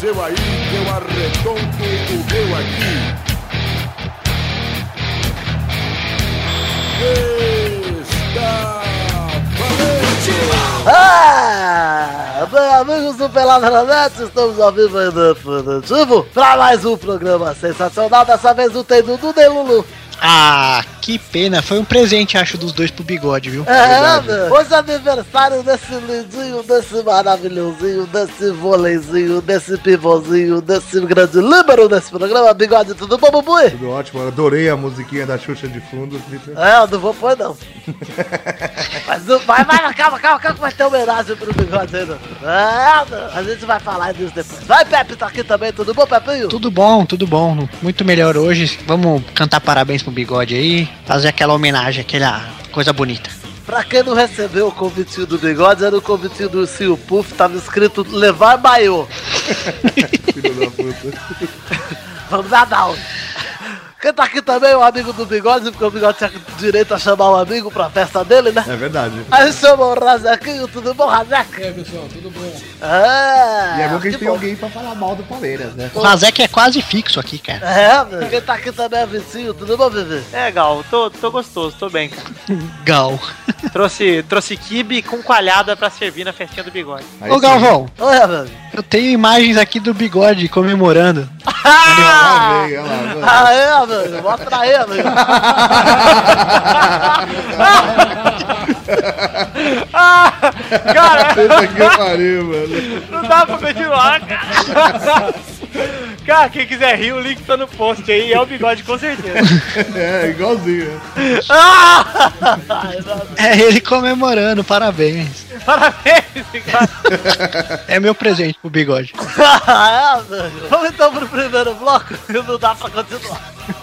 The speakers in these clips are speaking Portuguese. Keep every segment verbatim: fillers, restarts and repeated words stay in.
seu aí, que eu arredondo o meu aqui. Está valente! Ah, bem, amigos do Pelada na Net, estamos ao vivo aí no Definitivo para mais um programa sensacional. Dessa vez não tem Dudu nem Lulu. Ah, que pena. Foi um presente, acho, dos dois pro Bigode, viu? É, meu. Hoje é aniversário desse lindinho, desse maravilhosinho, desse vôleizinho, desse pivôzinho, desse grande líbero desse programa. Bigode, tudo bom, Bubu? Tudo ótimo, eu adorei a musiquinha da Xuxa de fundo. É, eu não vou pôr, não. Mas não, vai, vai, calma, calma, calma, que vai ter homenagem pro Bigode ainda. É, meu. A gente vai falar disso depois. Vai, Pepe, tá aqui também, tudo bom, Pepinho? Tudo bom, tudo bom. Muito melhor hoje. Vamos cantar parabéns pro Bigode aí, fazer aquela homenagem, aquela coisa bonita. Pra quem não recebeu o convitinho do Bigode, era o convitinho do Ursinho Puff, tava escrito levar maiô. Filho da puta. Vamos dar down. Quem tá aqui também é o amigo do Bigode, porque o Bigode tinha direito a chamar um amigo pra festa dele, né? É verdade. Aí chamou o Razequinho, tudo bom, Razek? E aí, pessoal, tudo bom? É, E é bom que a gente tem bom. alguém pra falar mal do Palmeiras, né? O Razek é quase fixo aqui, cara. É, meu. Quem tá aqui também é Vicinho, tudo bom, Vivi? É, Gal, tô, tô gostoso, tô bem, cara. Gal. Trouxe, trouxe quibe com coalhada pra servir na festinha do Bigode. Aí Ô, sim. Galvão, Oi, meu. eu tenho imagens aqui do Bigode comemorando. Ah, veio, olha lá, mano. Ah, é, meu. Mostra aí, meu. Ah, cara, Puta que pariu, mano. não dá pra continuar, cara. Cara, quem quiser rir, o link tá no post aí, é o Bigode com certeza. É, igualzinho. né? Ah! Ai, meu. É ele comemorando, parabéns. Parabéns, cara. É meu presente pro Bigode. Ah, é, meu. Vamos então pro primeiro bloco, que não dá pra continuar.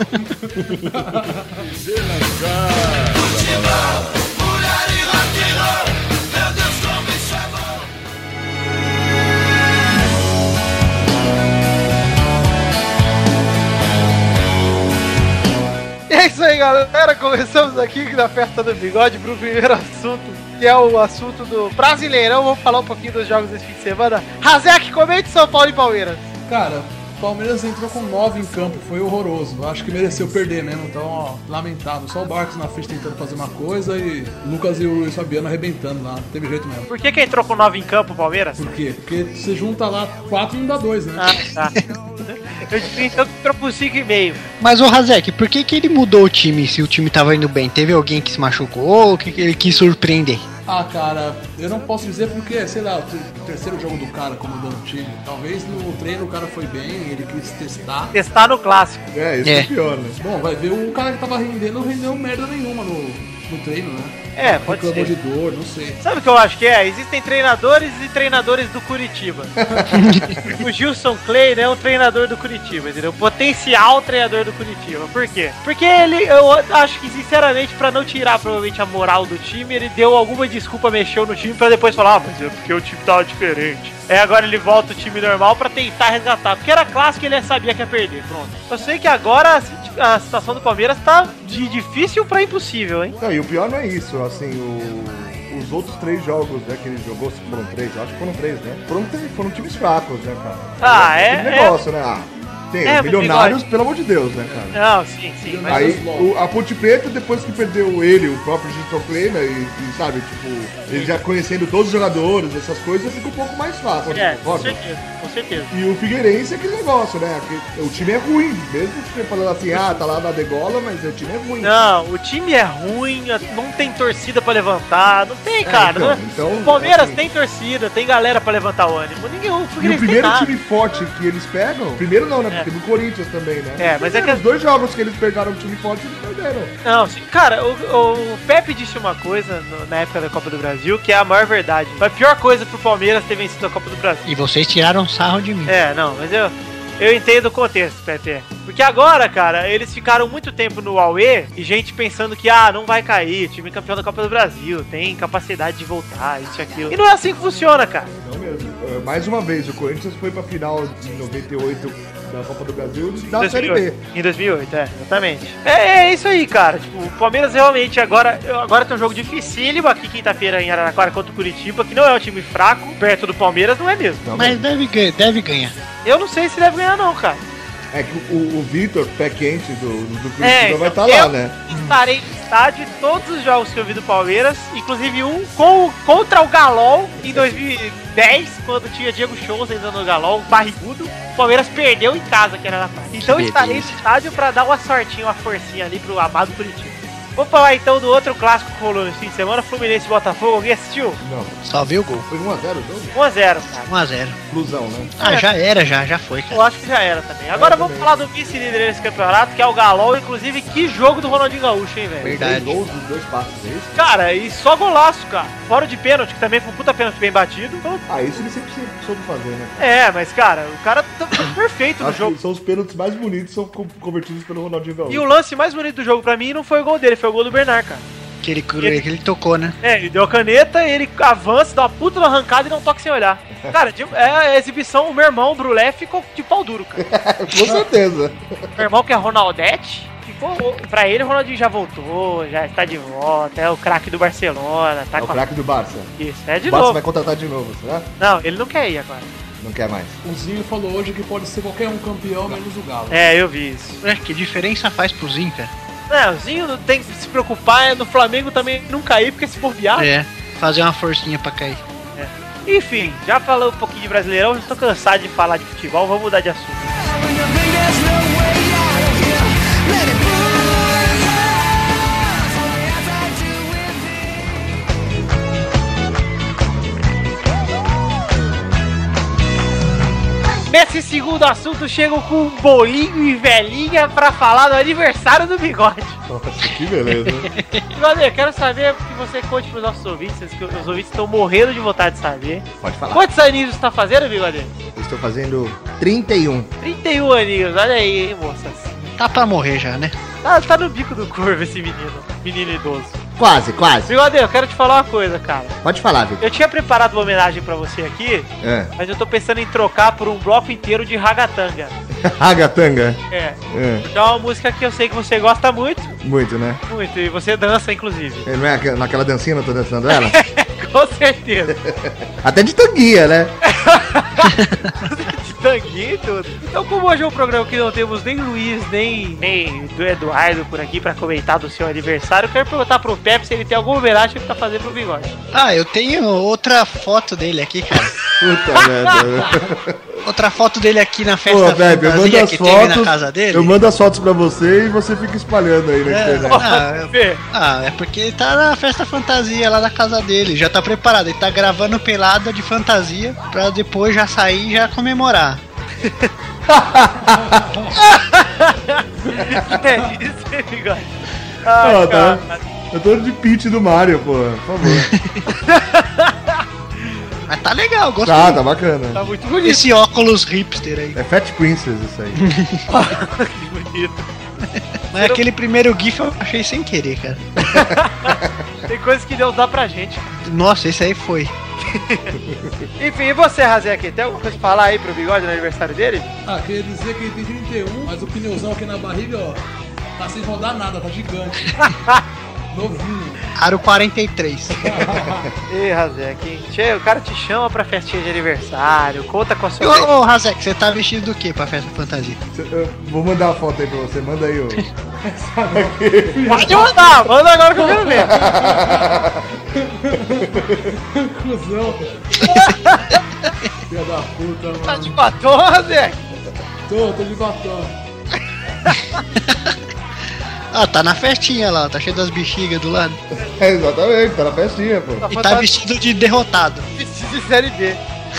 E é isso aí, galera. Começamos aqui na festa do Bigode pro primeiro assunto, que é o assunto do Brasileirão. Vamos falar um pouquinho dos jogos desse fim de semana. Razek, comente São Paulo e Palmeiras. Cara, o Palmeiras entrou com nove em campo, foi horroroso. Acho que mereceu perder mesmo, então, ó, lamentável. Só o Barcos na frente tentando fazer uma coisa e o Lucas e o Luiz Fabiano arrebentando lá. Não teve jeito mesmo. Por que que entrou com nove em campo, Palmeiras? Por quê? Porque você junta lá quatro e não dá dois, né? Ah, tá. Eu disse então que entrou por cinco e meio. Mas o Razek, por que que ele mudou o time se o time tava indo bem? Teve alguém que se machucou ou que que ele quis surpreender? Ah, cara, eu não posso dizer porque, sei lá, o ter- o terceiro jogo do cara comandando o time. Talvez no treino o cara foi bem, ele quis testar. Testar no clássico. É, isso É. é pior, né? Bom, vai ver o cara que tava rendendo não rendeu merda nenhuma no, no treino, né? É, pode Reclamou ser. de dor, não sei. Sabe o que eu acho que é? Existem treinadores e treinadores do Curitiba. O Gilson Klein é um treinador do Curitiba, entendeu? Potencial treinador do Curitiba. Por quê? Porque ele, eu acho que sinceramente, pra não tirar provavelmente a moral do time, ele deu alguma desculpa, mexeu no time pra depois falar, ah, mas é porque o time tava diferente. Aí agora ele volta o time normal pra tentar resgatar. Porque era clássico e ele sabia que ia perder, pronto. Eu sei que agora a situ- a situação do Palmeiras tá de difícil pra impossível, hein? Não, e o pior não é isso, assim, o... os outros três jogos, né, que ele jogou, se foram três, eu acho que foram três, né? Foram, foram times fracos, né, cara? Ah, é- Aquele negócio, né? Ah, tem, É, os milionários, pelo amor de Deus, né, cara? Não, sim, sim. Mas Aí, o- a Ponte Preta, depois que perdeu ele, o próprio Gilson Klein, né, e, e, sabe, tipo, ele já conhecendo todos os jogadores, essas coisas, fica um pouco mais fácil. É, com concorda? certeza, com certeza. E o Figueirense é aquele negócio, né? que o time é ruim, mesmo você falando assim, ah, tá lá na degola, mas o time é ruim. Não, o time é ruim, não tem torcida pra levantar, não tem, cara. então, né? então, o Palmeiras assim- tem torcida, tem galera pra levantar o ânimo. Ninguém, o E o Figueirense tem primeiro nada. time forte que eles pegam, primeiro não, né? É. Porque no Corinthians também, né? É, mas é que- Os dois jogos que eles pegaram um time forte, eles perderam. Não, sim, cara, o, o Pepe disse uma coisa no- na época da Copa do Brasil que é a maior verdade. Foi a pior coisa pro Palmeiras ter vencido a Copa do Brasil. E vocês tiraram sarro de mim. É, não, mas eu, eu entendo o contexto, Pepe. Porque agora, cara, eles ficaram muito tempo no Aue e gente pensando que, ah, não vai cair, time campeão da Copa do Brasil, tem capacidade de voltar, isso e aquilo. E não é assim que funciona, cara. Não mesmo. Uh, mais uma vez, o Corinthians foi pra final de noventa e oito da Copa do Brasil da Série B. Em dois mil e oito, é, exatamente. É, é isso aí, cara. Tipo, o Palmeiras realmente agora, agora tem um jogo dificílimo aqui quinta-feira em Araraquara contra o Curitiba, que não é um time fraco, perto do Palmeiras não é mesmo. Não, mas deve, deve ganhar. Eu não sei se deve ganhar não, cara. É que o, o Vitor, pé quente do, do Curitiba, é, vai estar tá lá, né? Estarei no estádio todos os jogos que eu vi do Palmeiras, inclusive um com, contra o Galol em dois mil e dez, quando tinha Diego Souza ainda no Galol, barrigudo. O Palmeiras perdeu em casa, que era na praia. Então eu estarei no estádio pra dar uma sortinha, uma forcinha ali pro amado Curitiba. Vou falar então do outro clássico que rolou nesse fim de semana, Fluminense e Botafogo. Alguém assistiu? Não. Só viu o gol. Foi um a zero o jogo? um a zero, cara. um a zero. Inclusão, né? Ah, É. já era, já, já foi, cara. Eu acho que já era também. Agora É, vamos também. falar do vice-líder desse campeonato, que é o Galol. Inclusive, que jogo do Ronaldinho Gaúcho, hein, velho? Verdade. Três gols dos dois passos, é isso? Cara, e só golaço, cara. Fora de pênalti, que também foi um puta pênalti bem batido. Então, Ah, isso ele sempre soube fazer, né? é, mas, cara, o cara tá perfeito no Acho jogo. que são os pênaltis mais bonitos, são co- convertidos pelo Ronaldinho Gaúcho. E o lance mais bonito do jogo pra mim não foi o gol dele, foi o gol do Bernard, cara. Que ele, que ele tocou, né? É, ele deu a caneta, ele avança, dá uma puta na arrancada e não toca sem olhar. Cara, de- é a exibição, o meu irmão, o Brulé, ficou de pau duro, cara. Com certeza. Meu irmão, que é Ronaldete, ficou. Pra ele, o Ronaldinho já voltou, já está de volta, é o craque do Barcelona, tá É o com a... craque do Barça. Isso, é de O Barça novo. vai contratar de novo, será? Não, ele não quer ir agora. Não quer mais. O Zinho falou hoje que pode ser qualquer um campeão, menos o Galo. É, eu vi isso. É, que diferença faz pro Zinho, cara? Não, o Zinho não tem que se preocupar, é no Flamengo também não cair, porque se bobear. É, fazer uma forcinha pra cair. Enfim, já falou um pouquinho de Brasileirão, já tô cansado de falar de futebol, vamos mudar de assunto. Nesse segundo assunto, chego com um bolinho e velhinha pra falar do aniversário do Bigode. Nossa, que beleza. Bigode, eu quero saber que você conte pros nossos ouvintes, que os ouvintes estão morrendo de vontade de saber. Pode falar. Quantos aninhos você tá fazendo, Bigode? Eu estou fazendo trinta e um. trinta e um aninhos, olha aí, hein, moças. Tá pra morrer já, né? Tá, tá no bico do curvo esse menino, menino idoso. Quase, quase. Bigode, eu quero te falar uma coisa, cara. Pode falar, Vitor. Eu tinha preparado uma homenagem pra você aqui, É. mas eu tô pensando em trocar por um bloco inteiro de ragatanga. Ragatanga. É, É. porque é uma música que eu sei que você gosta muito, Muito, né? muito, e você dança, inclusive. É, não é aquela- naquela dancinha eu tô dançando ela? Com certeza. Até de tanguinha, né? De tanguinho e tudo. Então, como hoje é um programa que não temos nem Luiz, nem, nem do Eduardo por aqui pra comentar do seu aniversário, eu quero perguntar pro Pepe se ele tem alguma homenagem pra fazer pro Bigode. Ah, eu tenho outra foto dele aqui, cara. Puta merda. Outra foto dele aqui na festa Pô, Bebe, eu mando fantasia as que teve na fotos. casa dele. Eu mando as fotos pra você e você fica espalhando aí na É. internet. Ah, eu- Fê, Ah, é porque ele tá na festa fantasia lá da casa dele, já tá preparado, ele tá gravando pelada de fantasia pra depois já sair e já comemorar. que é isso, hein, Bigode? Ai, Ah, tá. cara. Eu tô de pitch do Mario, pô. Por favor. Mas tá legal, gostei. Tá, tá bacana. Tá muito bonito. Esse óculos hipster aí. É Fat Princess isso aí. Que bonito. Mas aquele primeiro GIF eu achei sem querer, cara. Tem coisas que Deus dá pra gente. Nossa, esse aí foi. Enfim, e você, Razek, tem alguma coisa pra falar aí pro Bigode no aniversário dele? Ah, queria dizer que ele tem trinta e um, mas o pneuzão aqui na barriga, ó, tá sem rodar nada, tá gigante. Novinho. Aro quarenta e três. Ei, Razek, che, o cara te chama pra festinha de aniversário, conta com a sua... Ô, ô Razek, você tá vestido do que pra festa fantasia? Eu vou mandar uma foto aí pra você. Manda aí, ô. Pode mandar, manda agora que eu quero ver. Cusão. Filha da puta, Tá mano. de batom, Razek? Tô, tô de batom. Ah, tá na festinha lá, tá cheio das bexigas do lado. É, exatamente, tá na festinha, pô. E tá vestido de derrotado. vestido de série B.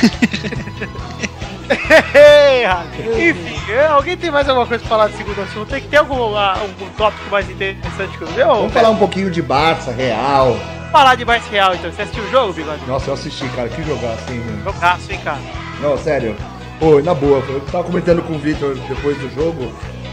Ei, Razek. Enfim, é, alguém tem mais alguma coisa pra falar do segundo assunto? Tem que ter algum, ah, algum tópico mais interessante que o meu? Vamos falar um pouquinho de Barça, Real. Vamos falar de mais real, então. Você assistiu o jogo, Bigode? Nossa, eu assisti, cara. Que jogar assim, mano. Jogaço, hein, cara? Não, sério. Pô, na boa, eu tava comentando com o Victor depois do jogo.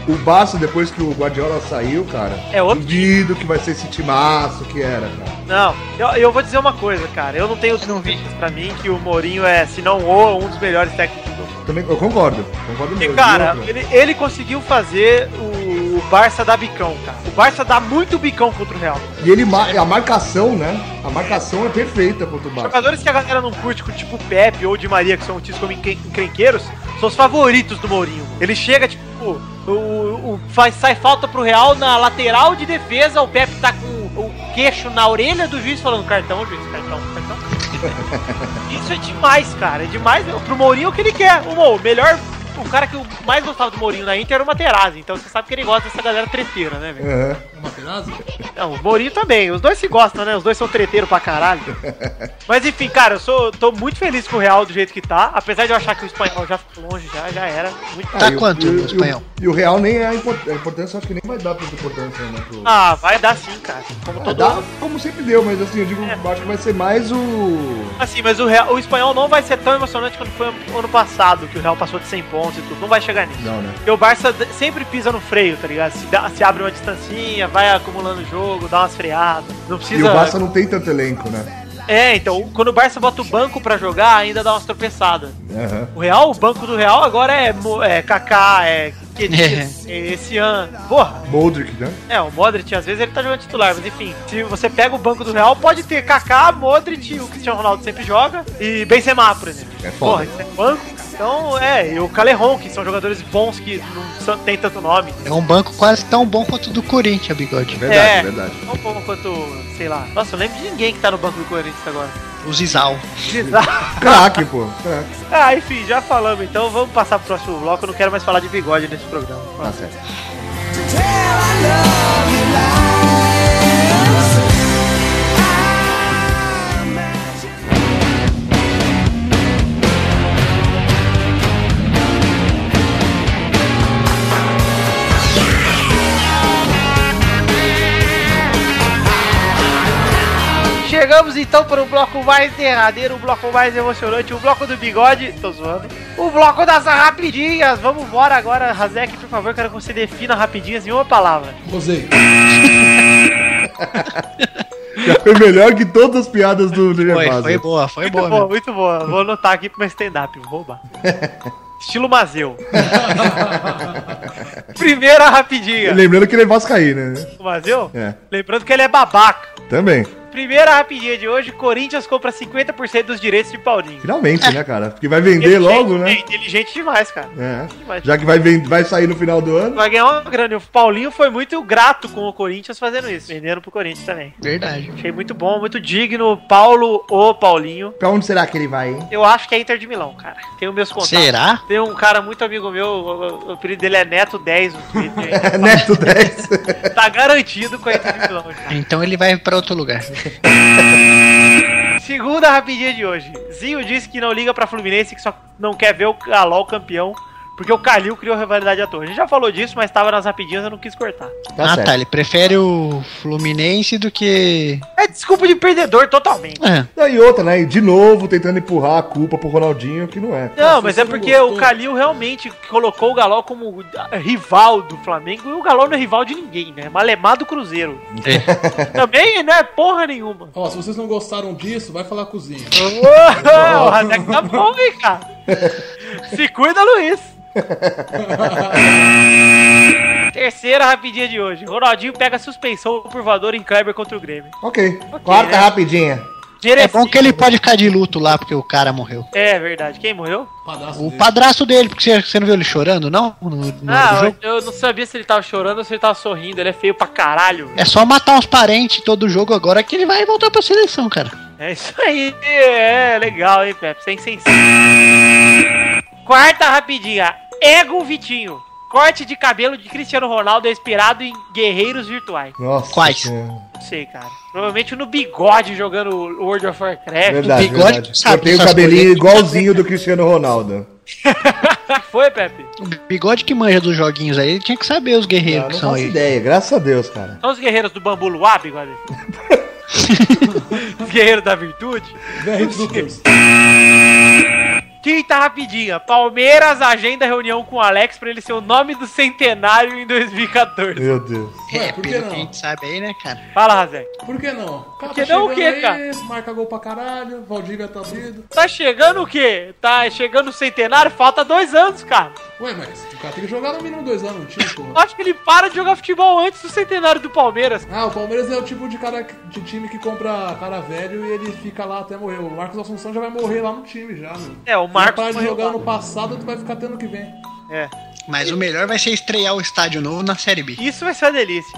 o Barça, depois que o Guardiola saiu, cara, É outro duvido que vai ser esse timaço que era, cara. Não, eu, eu vou dizer uma coisa, cara. Eu não tenho dúvidas pra mim que o Mourinho é, se não o, um dos melhores técnicos do mundo. Também, eu concordo, concordo E, mesmo. cara, E outra? ele, ele conseguiu fazer o, o Barça dar bicão, cara. O Barça dá muito bicão contra o Real. E ele, ma- a marcação, né? A marcação é perfeita contra o Barça. Jogadores que a galera não curte, tipo o Pepe ou o Di Maria, que são tidos como encren- encrenqueiros, são os favoritos do Mourinho. Ele chega, tipo, o, o, faz, sai falta pro Real na lateral de defesa, o Pepe tá com o queixo na orelha do juiz falando cartão, juiz, cartão, cartão. Isso é demais, cara. É demais. Pro Mourinho o que ele quer. O melhor. O cara que eu mais gostava do Mourinho na Inter era o Materazzi. Então você sabe que ele gosta dessa galera treteira, né, velho? Uhum. É Materazzi? Não, o Mourinho também. Os dois se gostam, né? Os dois são treteiros pra caralho. Mas enfim, cara, eu sou, tô muito feliz com o Real do jeito que tá. Apesar de eu achar que o espanhol já ficou longe, já, já era. Muito Tá e o- quanto e o- o e o- espanhol? E o Real nem é a import- a importância, acho que nem vai dar tanta importância, né? Pro... Ah, vai dar sim, cara. Como É, todo dá como sempre deu, mas assim, eu digo, É. acho que vai ser mais o... Assim, mas o, Real, o espanhol não vai ser tão emocionante quanto foi o ano passado, que o Real passou de cem pontos e tudo. Não vai chegar nisso. Não, né? Porque o Barça d- sempre pisa no freio, tá ligado? Se, dá- se abre uma distancinha, vai acumulando o jogo, dá umas freadas. Não E precisa. o Barça não tem tanto elenco, né? É, então, quando o Barça bota o banco pra jogar, ainda dá umas tropeçadas. Aham. O Real, o banco do Real agora é, Mo- é Kaká, é Kedira, é esse ano. Porra, Modric, né? é, o Modric às vezes ele tá jogando titular, mas enfim, se você pega o banco do Real, pode ter Kaká, Modric, o Cristiano Ronaldo sempre joga, e Benzema, por exemplo. É foda. Porra, isso é banco, cara. Então, é, e o Calerron, que são jogadores bons que não são, tem tanto nome. É um banco quase tão bom quanto o do Corinthians, bigode. Verdade, É. verdade. Tão bom quanto, sei lá. Nossa, eu lembro de ninguém que tá no banco do Corinthians agora. O Zizal. Craque, pô. Craque. Ah, enfim, já falamos, então vamos passar pro próximo bloco. Eu não quero mais falar de bigode nesse programa. Tá certo. Chegamos então para o bloco mais derradeiro, o bloco mais emocionante, o bloco do bigode. Tô zoando. O bloco das rapidinhas. Vamos embora agora, Razek, por favor, quero que você defina rapidinhas em uma palavra. Rosei. Já foi melhor que todas as piadas do do Foi, Gervásio. foi boa, foi Muito boa. boa, mesmo. muito boa. Vou anotar aqui pro meu stand-up, vou roubar. Estilo Mazeu. Primeira rapidinha. Lembrando que ele é vascaíno, né? O Mazeu? É. Lembrando que ele é babaca. Também. Primeira rapidinha de hoje, Corinthians compra cinquenta por cento dos direitos de Paulinho. Finalmente, né, cara? Porque vai vender Inteligente- logo, É né? inteligente demais, cara. É. Demais. Já que vai, vend... vai sair no final do ano. Vai ganhar uma grana. E o Paulinho foi muito grato com o Corinthians fazendo isso. Vendendo pro Corinthians também. Verdade. Achei muito bom, muito digno. Paulo, o Paulinho. Pra onde será que ele vai, hein? Eu acho que é Inter de Milão, cara. Tenho meus contatos. Será? Tem um cara muito amigo meu, o, o apelido dele é Neto dez no Twitter. Neto dez. Tá garantido com a Inter de Milão. Cara. Então ele vai pra outro lugar. Segunda rapidinha de hoje. Zinho disse que não liga pra Fluminense, que só não quer ver o Galol campeão, porque o Calil criou rivalidade à toa. A gente já falou disso, mas tava nas rapidinhas, eu não quis cortar. Tá ah certo. tá, ele prefere o Fluminense do que... É desculpa de perdedor totalmente. É, E outra, né? E de novo tentando empurrar a culpa pro Ronaldinho, que não é. Não, se mas você é não porque gostou- o Calil realmente colocou o Galol como rival do Flamengo, e o Galol não é rival de ninguém, né? Malemar do Cruzeiro. Também não é porra nenhuma. Ó, se vocês não gostaram disso, vai falar cozinha. Ô, o Razek tá bom, hein, cara? Se cuida, Luiz. Terceira rapidinha de hoje. Ronaldinho pega suspensão por voador em Kleber contra o Grêmio. Ok. Quarta né? rapidinha. é bom que ele pode ficar de luto lá porque o cara morreu. É verdade. Quem morreu? Padrasto O dele. padrasto dele, porque você, você não viu ele chorando, não? No, no Ah, jogo? eu, eu não sabia se ele tava chorando ou se ele tava sorrindo. Ele é feio pra caralho. É só matar uns parentes todo jogo agora que ele vai voltar pra seleção, cara. É isso aí. É legal, hein, Pepe? Sem sensível. Quarta rapidinha. Ego Vitinho. Corte de cabelo de Cristiano Ronaldo é inspirado em guerreiros virtuais. Nossa. Quais? Senhora. Não sei, cara. Provavelmente no bigode jogando World of Warcraft. Verdade, bigode, verdade. sabe, Cortei o essas cabelinho coisas. igualzinho do Cristiano Ronaldo. Foi, Pepe? O bigode que manja dos joguinhos aí, ele tinha que saber os guerreiros Ah, que não são faço aí. ideia, graças a Deus, cara. São os guerreiros do Bambu Luar, bigode? Os guerreiros da virtude? Velho do Deus. Quinta rapidinha. Palmeiras agenda reunião com o Alex pra ele ser o nome do centenário em dois mil e quatorze. Meu Deus. Ué, É, por que pelo não? que a gente sabe aí, né, cara? Fala, Razek. Por que não? O cara que tá não, o chegando quê, aí, marca gol pra caralho, Valdívia tá abrindo. Tá chegando o quê? Tá chegando o centenário? Falta dois anos, cara. Ué, mas o cara tem que jogar no mínimo dois anos no time, pô. Acho que ele para de jogar futebol antes do centenário do Palmeiras. Ah, o Palmeiras é o tipo de cara de time que compra cara velho e ele fica lá até morrer. O Marcos Assunção já vai morrer lá no time já, meu. É, o Marcos Para de morreu jogar lá. no passado, tu vai ficar tendo que vem. É. Mas o melhor vai ser estrear o estádio novo na Série B. Isso vai ser uma delícia.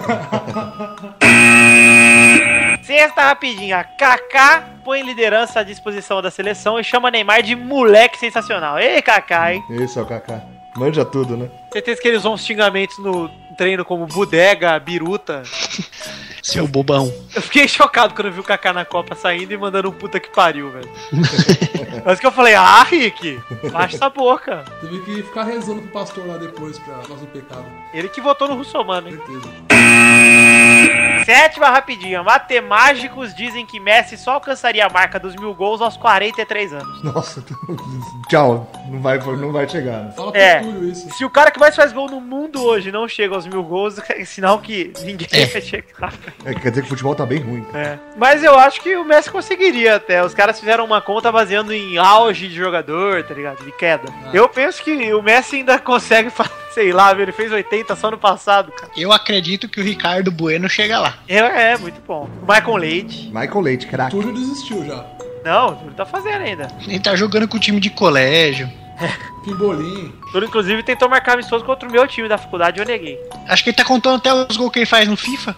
Sexta rapidinha. Kaká põe liderança à disposição da seleção e chama Neymar de moleque sensacional. Ei, Kaká, hein? Esse é o Kaká. Manja tudo, né? Certeza que eles usam uns xingamentos no treino como bodega, biruta. Seu bobão. Eu fiquei chocado quando eu vi o Kaká na Copa saindo e mandando um puta que pariu, velho. Mas que eu falei, ah, Rick, baixa essa boca. Teve que ficar rezando pro pastor lá depois pra causa do pecado. Ele que votou no Russomano, hein? Certeza. Sétima rapidinha. Matemágicos dizem que Messi só alcançaria a marca dos mil gols aos quarenta e três anos. Nossa, tchau. Não vai, não vai chegar. Né? Fala pro É. Túlio isso. Se o cara que mais faz gol no mundo hoje não chega aos mil gols, é sinal que ninguém É. vai chegar. É, quer dizer que o futebol tá bem ruim. É. Mas eu acho que o Messi conseguiria até. Os caras fizeram uma conta baseando em auge de jogador, tá ligado? De queda. Ah. Eu penso que o Messi ainda consegue fazer, sei lá, ele fez oitenta só no passado, cara. Eu acredito que o Ricardo Bueno chega lá. É, é muito bom. O Michael Leite. Michael Leite, craque. Túlio desistiu já. Não, ele tá fazendo ainda. Ele tá jogando com o time de colégio. Pimbolim. Ele, inclusive, tentou marcar amistoso contra o meu time da faculdade e eu neguei. Acho que ele tá contando até os gols que ele faz no FIFA.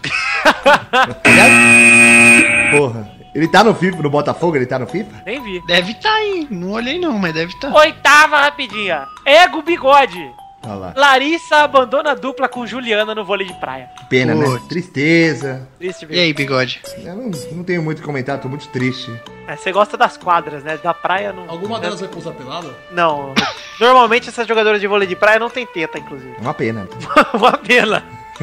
Porra. Ele tá no FIFA, no Botafogo? Ele tá no FIFA? Nem vi. Deve tá aí. Não olhei não, mas deve tá. Oitava rapidinha. Ego Bigode. Olha lá. Larissa abandona a dupla com Juliana no vôlei de praia. Que pena, né? Putz. Tristeza. Triste E mesmo. aí, bigode? Eu não, não tenho muito a comentar, tô muito triste. É, você gosta das quadras, né? Da praia não. Alguma delas vai pousar pelada? Não. Normalmente essas jogadoras de vôlei de praia não tem teta, inclusive. É uma pena. Uma pena.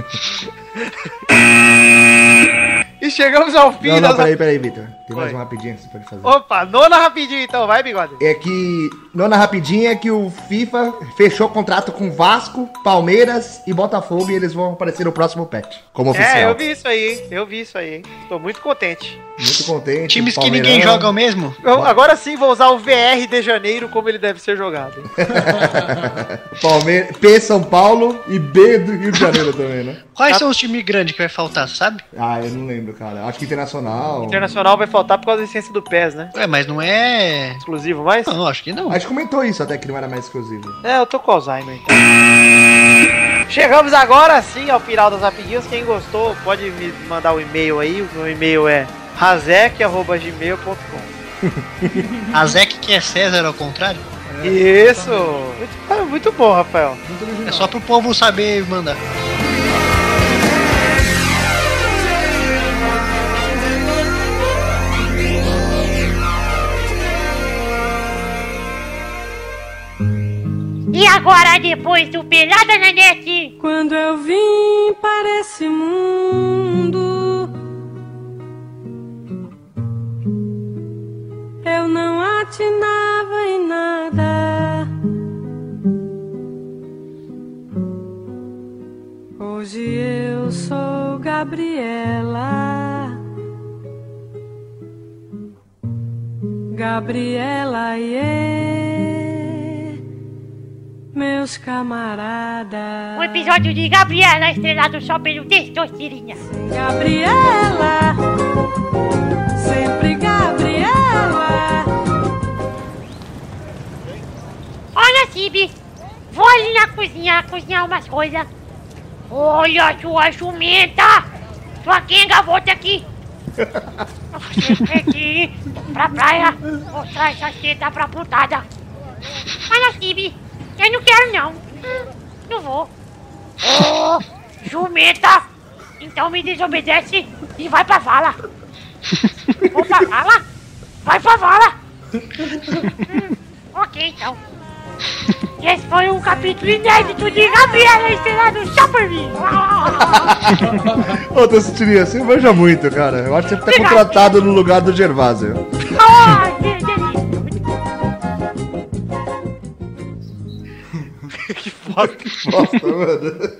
E chegamos ao fim Não, não, das... peraí, peraí, Vitor. Tem mais Oi. uma rapidinha que você pode fazer. Opa, nona rapidinho então, vai, Bigode. É que, nona rapidinha, é que o FIFA fechou contrato com Vasco, Palmeiras e Botafogo e eles vão aparecer no próximo patch, como oficial. É, eu vi isso aí, hein? Eu vi isso aí, hein? Tô muito contente. Muito contente. Times que Palmeirão. ninguém joga mesmo? Eu, agora sim vou usar o V R de janeiro como ele deve ser jogado. hein? Palmeiras, P São Paulo e B do Rio de Janeiro também, né? Quais são os times grandes que vai faltar, sabe? Ah, eu não lembro, cara. Acho que Internacional. Internacional vai faltar por causa da licença do P E S, né? Ué, mas não é... Exclusivo mais? Não, acho que não. A gente comentou isso até que não era mais exclusivo. É, eu tô com Alzheimer então. Chegamos agora sim ao final das rapidinhas. Quem gostou pode me mandar o um e-mail aí. O meu e-mail é razek arroba gmail ponto com. A Zek que é César ao contrário? Isso! Muito, muito bom, Rafael. Muito original. É só pro povo saber mandar. E agora, depois do Pelada na Net, Quando eu vim para esse mundo, eu não atinava em nada. Hoje eu sou Gabriela, Gabriela, iê, meus camaradas. um episódio de Gabriela estrelado só pelo Testosterinha. Gabriela, sempre Gabriela. Olha, Cibi, vou ali na cozinha cozinhar umas coisas. Olha, sua jumenta! Sua quenga, volta aqui! Você tem que ir pra praia mostrar essa teta pra putada. Olha, Cibi, eu não quero não. Não vou. Ô, jumenta! Então me desobedece e vai pra vala. Vou pra vala? Vai pra vala! Hum, ok, então. E esse foi um capítulo inédito de Gabriela estrelado só por mim. Ô, Testosterinha, você manja muito, cara. Eu acho que você tá contratado no lugar do Gervásio. Ai, que delícia. bosta. Bosta, mano.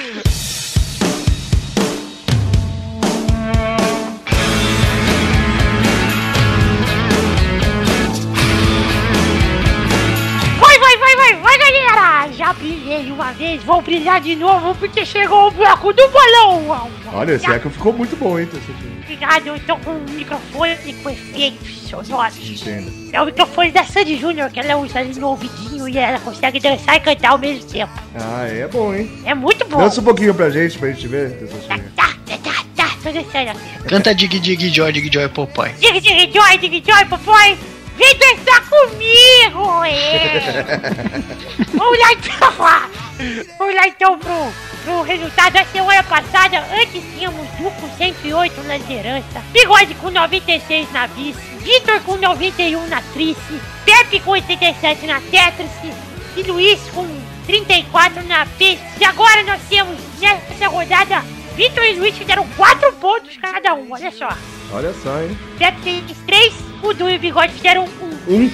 Vai, vai, vai, vai, vai, galera! Já brilhei uma vez, vou brilhar de novo porque chegou o bloco do bolão! Olha, esse eco ficou muito bom, hein, Tessutirinha? Obrigado, eu tô com um microfone com efeitos sonoros. Entendo. É o microfone da Sandy Júnior que ela usa ali no ouvidinho e ela consegue dançar e cantar ao mesmo tempo. Ah, é bom, hein? É muito bom. Dança um pouquinho pra gente, pra gente ver, Tessutirinha. Tá, tá, tá, tá, tô dançando aqui. Canta Dig Dig Joy, Dig Joy Popeye. Dig, dig, joy, dig, joy, papai! Vem dançar comigo! É. Vamos lá então! Vamos lá então pro, pro resultado da semana passada. Antes tínhamos Du com cento e oito na liderança, Bigode com noventa e seis na vice, Vitor com noventa e um na trice, Pepe com oitenta e sete na tétrice e Luiz com trinta e quatro na piste. E agora nós temos nessa rodada Vitor e Luiz fizeram quatro pontos cada um, olha só. Olha só, hein? Pepe fez três, o Du e o Bigode fizeram um. Um?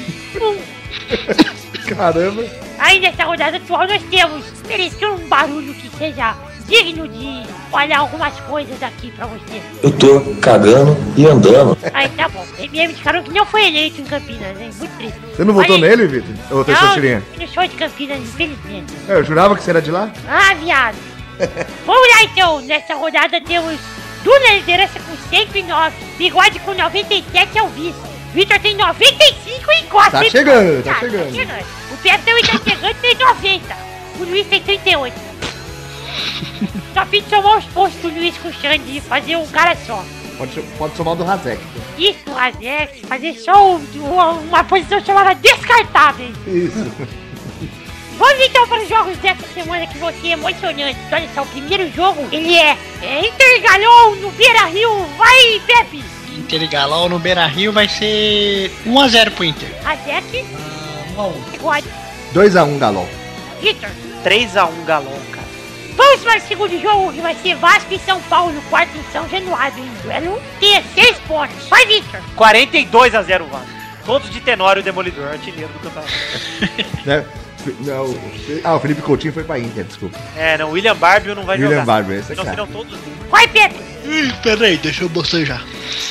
Um. Caramba. Aí nessa rodada atual nós temos merecer um barulho que seja digno de olhar algumas coisas aqui pra você. Eu tô cagando e andando. Aí tá bom. M M de Caron que não foi eleito em Campinas, hein? Muito triste. Você não votou Olha, nele, Vitor? Ô, Tessutirinha? Não, não sou de Campinas, infelizmente. É, eu jurava que você era de lá? Ah, viado. Vamos lá então, nessa rodada temos Du na liderança com cento e nove, Bigode com noventa e sete ao vice, Vitor tem noventa e cinco e encosta. Tá hein? chegando, tá Ah, chegando. Tá chegando. O Pepe também tá chegando, tem noventa. O Luiz tem trinta e oito. Só fim de somar os postos do Luiz com o Xande e fazer um cara só. Pode, pode somar o do Razek. Isso, Razex, fazer só um, uma, uma posição chamada descartáveis. Isso. Vamos então para os jogos dessa semana que vão ser emocionantes. Olha só, o primeiro jogo, ele é, é Intergalon no Beira-Rio. Vai, Pepe! Inter e Galol no Beira-Rio vai ser um a zero pro Inter. Razek, um a um. Bigode, dois a um, Galol. Vitor. três a um Galon, cara. Vamos para o segundo jogo, que vai ser Vasco e São Paulo, quarto em São Januário, hein? Duelo tem seis pontos. Vai, Vitor! quarenta e dois a zero Vasco. Todos de Tenório, o Demolidor, artilheiro do campeonato. Né? Não, o- ah, o Felipe Coutinho foi pra Inter, desculpa. É, não, o William Barbie não vai William jogar. Barber, esse é Não cara. serão todos dele. Vai, Pepe! Ih, peraí, deixa eu bocejar.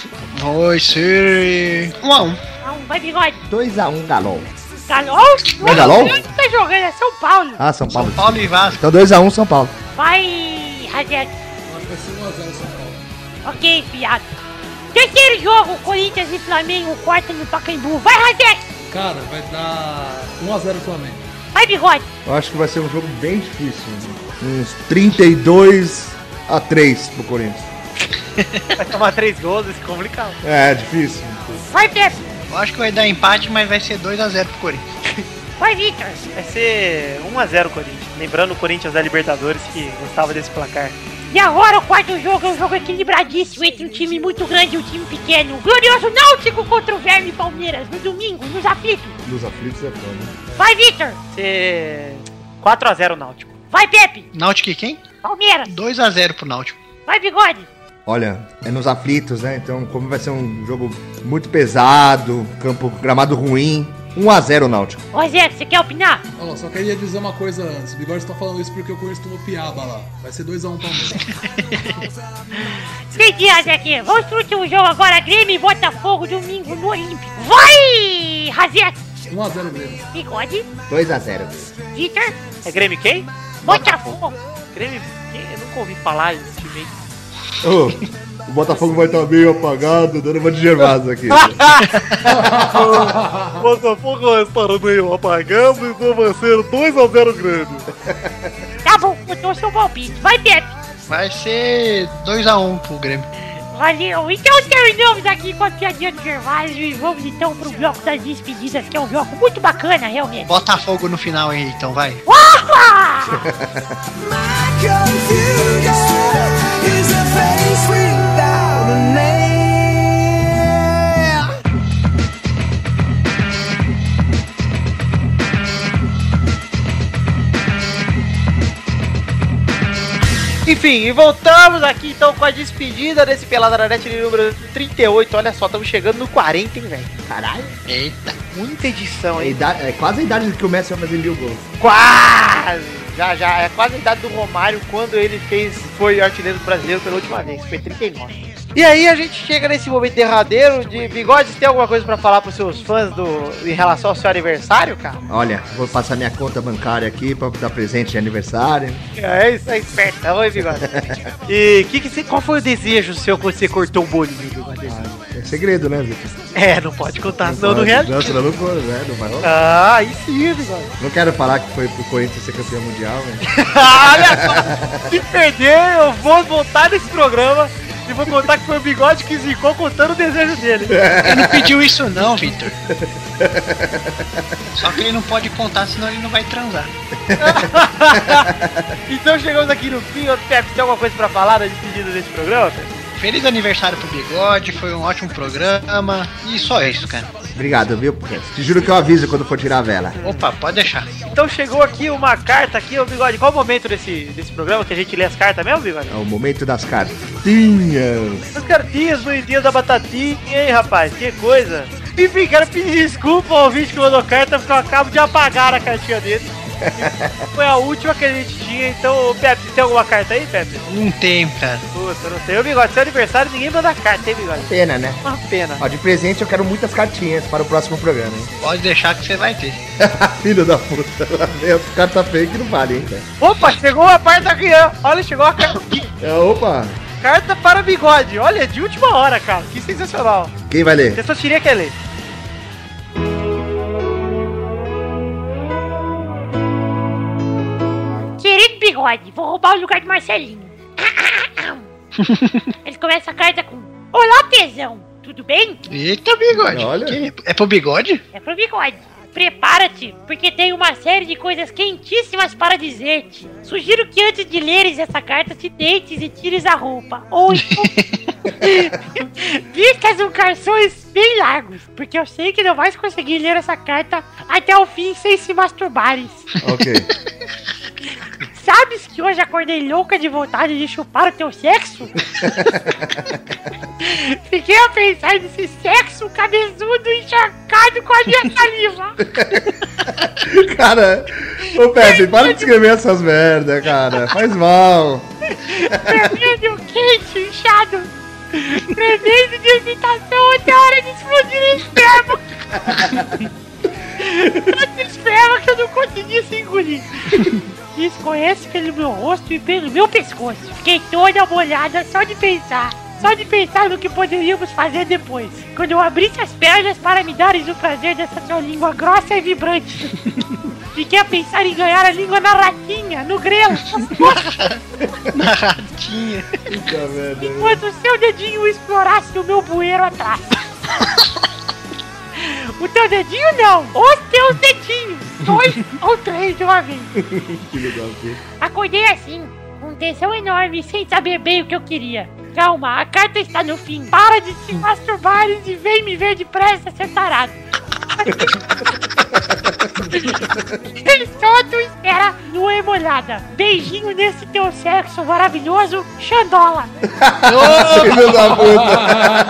Vai ser um a um. Não, vai, Bigode. dois a um, Galol. Galol? Não é Galol? Não tá jogando, é São Paulo. Ah, São Paulo. São Paulo e Vasco. Então dois a um, São Paulo. Vai, Razek. Acho que vai ser um a zero São Paulo. Ok, piada. Terceiro jogo, Corinthians e Flamengo, quarto no Pacaembu. Vai, Razek! Cara, vai dar um a zero Flamengo. Vai, Bigode! Eu acho que vai ser um jogo bem difícil. Uns trinta e dois a três pro Corinthians. Vai tomar três gols, esse é complicado. É, difícil. Vai, Pepe! Eu acho que vai dar empate, mas vai ser dois a zero pro Corinthians. Vai, Victor! Vai ser um a zero Corinthians. Lembrando o Corinthians da Libertadores que gostava desse placar. E agora o quarto jogo é um jogo equilibradíssimo entre um time muito grande e um time pequeno. O glorioso Náutico contra o Verme Palmeiras, no domingo, nos aflitos. Dos aflitos é foda. Vai, Victor! Vai ser quatro a zero Náutico. Vai, Pepe! Náutico e quem? Palmeiras! dois a zero pro Náutico. Vai, Bigode! Olha, é nos aflitos, né? Então, como vai ser um jogo muito pesado, campo gramado ruim, um a zero Náutico. Ô, Zé, você quer opinar? Ó, só queria dizer uma coisa antes. O Bigode tá falando isso porque eu conheço o Piaba lá. Vai ser dois a um Palmeiras. Entendi, Razek. Vamos pro último jogo agora. Grêmio e Botafogo, domingo no Olímpico. Vai, Razek! um a zero Grêmio. Bigode, dois a zero. Victor, É Grêmio quem? Botafogo. Grêmio? Eu nunca ouvi falar desse time aí. Ô, o Botafogo vai estar meio apagado, dando uma de Gervásio aqui. Botafogo vai estar meio apagado, então vai ser dois a zero Grêmio. Tá bom, eu tô seu palpite. Vai, Pepe. Vai ser dois a um pro Grêmio. Valeu. Então terminamos aqui com a piadinha do Gervásio e vamos então pro bloco das despedidas, que é um bloco muito bacana, realmente. Botafogo no final aí, então vai. Uau! Enfim, e voltamos aqui então com a despedida desse Pelada na Net número trinta e oito. Olha só, estamos chegando no quarenta, hein, velho? Caralho. Eita. Muita edição, É, hein? idade- é quase a idade que o Messi vai fazer mil gols. Quase! Já, já. É quase a idade do Romário quando ele fez, foi artilheiro brasileiro pela última vez. Foi trinta e nove. E aí a gente chega nesse momento derradeiro de Bigode. Tem alguma coisa pra falar pros seus fãs do, em relação ao seu aniversário, cara? Olha, vou passar minha conta bancária aqui pra dar presente de aniversário. É isso aí, esperta. Oi, Bigode. E que que você, qual foi o desejo seu quando você cortou o bolinho, Bigode? É segredo, né, Vitor? É, não pode contar, Não senão não pode, reage. não, senão não pode, né? Não vai rolar. Ah, aí sim, Bigode. Não quero falar que foi pro Corinthians ser campeão mundial, velho. Olha só, se perder, eu vou voltar nesse programa e vou contar que foi o Bigode que zicou contando o desejo dele. Ele não pediu isso não, Victor. Só que ele não pode contar, senão ele não vai transar. Então chegamos aqui no fim. Ô, Pepe, tem alguma coisa pra falar da despedida desse programa, Pepe? Feliz aniversário pro Bigode, foi um ótimo programa. E só isso, cara. Obrigado, viu? Te juro que eu aviso quando for tirar a vela. Opa, pode deixar. Então chegou aqui uma carta aqui, ô Bigode. Qual o momento desse, desse programa que a gente lê as cartas mesmo, Bigode? É o momento das cartinhas. As cartinhas bonitinhas da batatinha, hein, rapaz? Que coisa. Enfim, quero pedir desculpa ao ouvinte que mandou carta, porque eu acabo de apagar a cartinha dele. Foi a última que a gente tinha, então, Pepe, tem alguma carta aí, Pepe? Não tem, cara. Puta, não tem. Ô, Bigode, seu aniversário, ninguém manda carta, hein, Bigode? Pena, né? Uma pena. Ó, de presente eu quero muitas cartinhas para o próximo programa, hein? Pode deixar que você vai ter. Filho da puta. As cartas fake não valem, hein, cara. Opa, chegou a carta aqui, ó. Olha, chegou a carta aqui. É, opa. Carta para Bigode. Olha, de última hora, cara. Que sensacional. Quem vai ler? Testosterinha quer ler. Querido Bigode, vou roubar o lugar de Marcelinho. Eles começam a carta com: Olá, tesão, tudo bem? Eita, Bigode. Olha. Que- É pro Bigode? É pro Bigode. Prepara-te, porque tem uma série de coisas quentíssimas para dizer-te. Sugiro que antes de leres essa carta te deites e tires a roupa. Ou então vistas um calções bem largos, porque eu sei que não vais conseguir ler essa carta até o fim sem se masturbares. Ok. Sabes que hoje acordei louca de vontade de chupar o teu sexo? Fiquei a pensar nesse sexo cabeçudo encharcado com a minha saliva. Cara, ô Pepe, para de escrever essas merda, cara. Faz mal. Vermelho, quente, inchado. Tremendo de excitação até a hora de explodir em esperma. Tanto esperma que eu não conseguia se engolir. Escorresse pelo meu rosto e pelo meu pescoço. Fiquei toda molhada só de pensar. Só de pensar no que poderíamos fazer depois. Quando eu abrisse as pernas para me dares o prazer dessa sua língua grossa e vibrante. Fiquei a pensar em ganhar a língua na ratinha, no grelo. Na ratinha. Puta merda. Enquanto o seu dedinho explorasse o meu bueiro atrás. O teu dedinho não, os teus dedinhos. Dois ou três de uma vez. Filho da puta. Acordei assim, com tensão enorme, sem saber bem o que eu queria. Calma, a carta está no fim. Para de te masturbares e vem me ver depressa, seu tarado. Só tu espera no emolhada. Beijinho nesse teu sexo maravilhoso, Xandola. Filho da puta.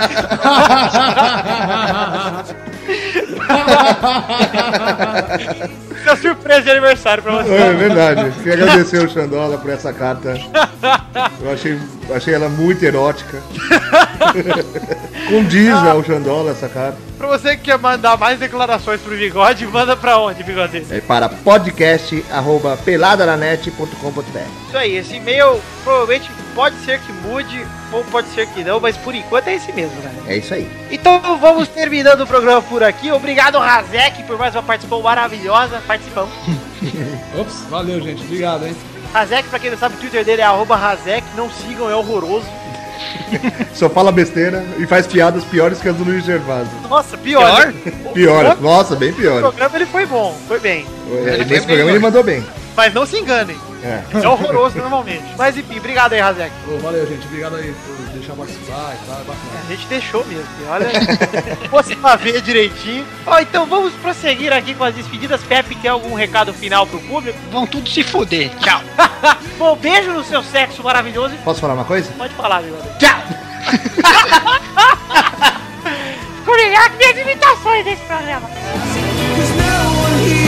Isso é surpresa de aniversário pra você. É verdade. Queria agradecer o Xandola por essa carta. Eu achei, achei ela muito erótica. Condiz, né, o Xandola, essa carta. Pra você que quer mandar mais declarações pro Bigode, manda pra onde, Bigode? É para podcast arroba peladananet ponto com ponto br. Isso aí, esse e-mail provavelmente pode ser que mude ou pode ser que não, mas por enquanto é esse mesmo, né? É isso aí. Então vamos terminando o programa por aqui. Obrigado, Razek, por mais uma participação maravilhosa. Participamos. Ops, valeu, gente. Obrigado, hein? Razek, pra quem não sabe, o Twitter dele é arroba Razek. Não sigam, é horroroso. Só fala besteira e faz piadas piores que as do Luiz Gervásio. Nossa, pior. Pior? Nossa, bem O pior. programa ele foi bom, foi bem. Nesse programa ele mandou bem. Mas não se enganem. É. É horroroso normalmente. Mas enfim, obrigado aí, Razek. Ô, valeu, gente. Obrigado aí por deixar participar e tal. É bacana. A gente deixou mesmo, e olha, você pra ver direitinho. Ó, então vamos prosseguir aqui com as despedidas. Pepe, tem algum recado final pro público? Vão tudo se fuder. Tchau. Bom, beijo no seu sexo maravilhoso. Posso falar uma coisa? Pode falar, meu amigo. Tchau! Ficou melhor que minhas imitações desse programa. Cause no one here